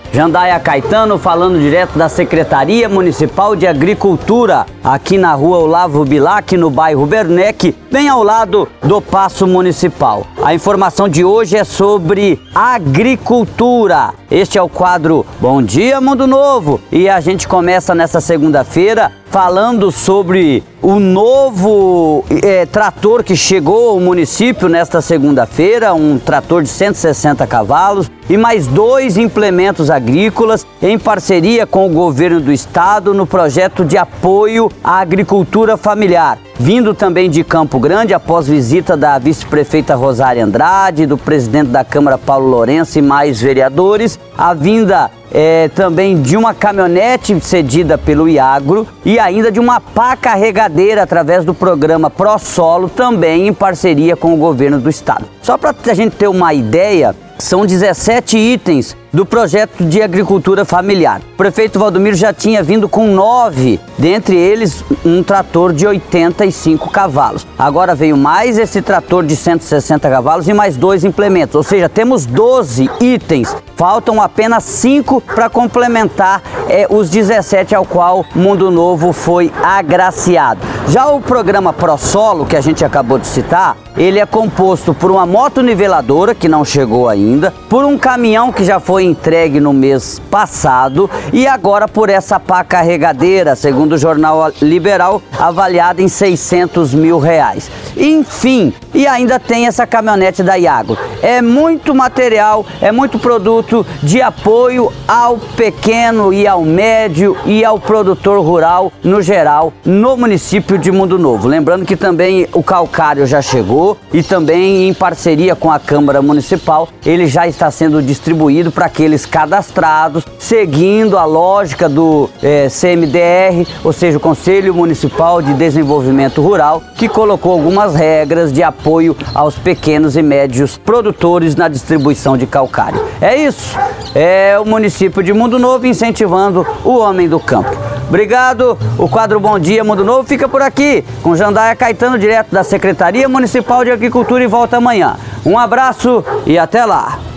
Jandaia Caetano falando direto da Secretaria Municipal de Agricultura, aqui na rua Olavo Bilac, no bairro Bernec, bem ao lado do Paço Municipal. A informação de hoje é sobre agricultura. Este é o quadro Bom Dia Mundo Novo e a gente começa nessa segunda-feira falando sobre o novo trator que chegou ao município nesta segunda-feira, um trator de 160 cavalos e mais 2 implementos agrícolas em parceria com o governo do estado no projeto de apoio à agricultura familiar. Vindo também de Campo Grande, após visita da vice-prefeita Rosária Andrade, do presidente da Câmara Paulo Lourenço e mais vereadores, a vinda também de uma caminhonete cedida pelo Iagro e ainda de uma pá carregadeira através do programa ProSolo, também em parceria com o governo do estado. Só para a gente ter uma ideia, são 17 itens do projeto de agricultura familiar. O prefeito Valdomiro já tinha vindo com 9, dentre eles um trator de 85 cavalos. Agora veio mais esse trator de 160 cavalos e mais 2 implementos, ou seja, temos 12 itens. Faltam apenas 5 para complementar os 17 ao qual Mundo Novo foi agraciado. Já o programa ProSolo, que a gente acabou de citar, ele é composto por uma motoniveladora, que não chegou ainda, por um caminhão que já foi entregue no mês passado e agora por essa pá carregadeira, segundo o Jornal Liberal, avaliada em R$600 mil. Enfim, e ainda tem essa caminhonete da Iagro. É muito material, é muito produto de apoio ao pequeno e ao médio e ao produtor rural no geral, no município de Mundo Novo. Lembrando que também o calcário já chegou e também em parceria com a Câmara Municipal, ele já está sendo distribuído para aqueles cadastrados, seguindo a lógica do CMDR, ou seja, o Conselho Municipal de Desenvolvimento Rural, que colocou algumas regras de apoio aos pequenos e médios produtores na distribuição de calcário. É isso, é o município de Mundo Novo incentivando o homem do campo. Obrigado, o quadro Bom Dia Mundo Novo fica por aqui, com Jandaia Caetano, direto da Secretaria Municipal de Agricultura, e volta amanhã. Um abraço e até lá!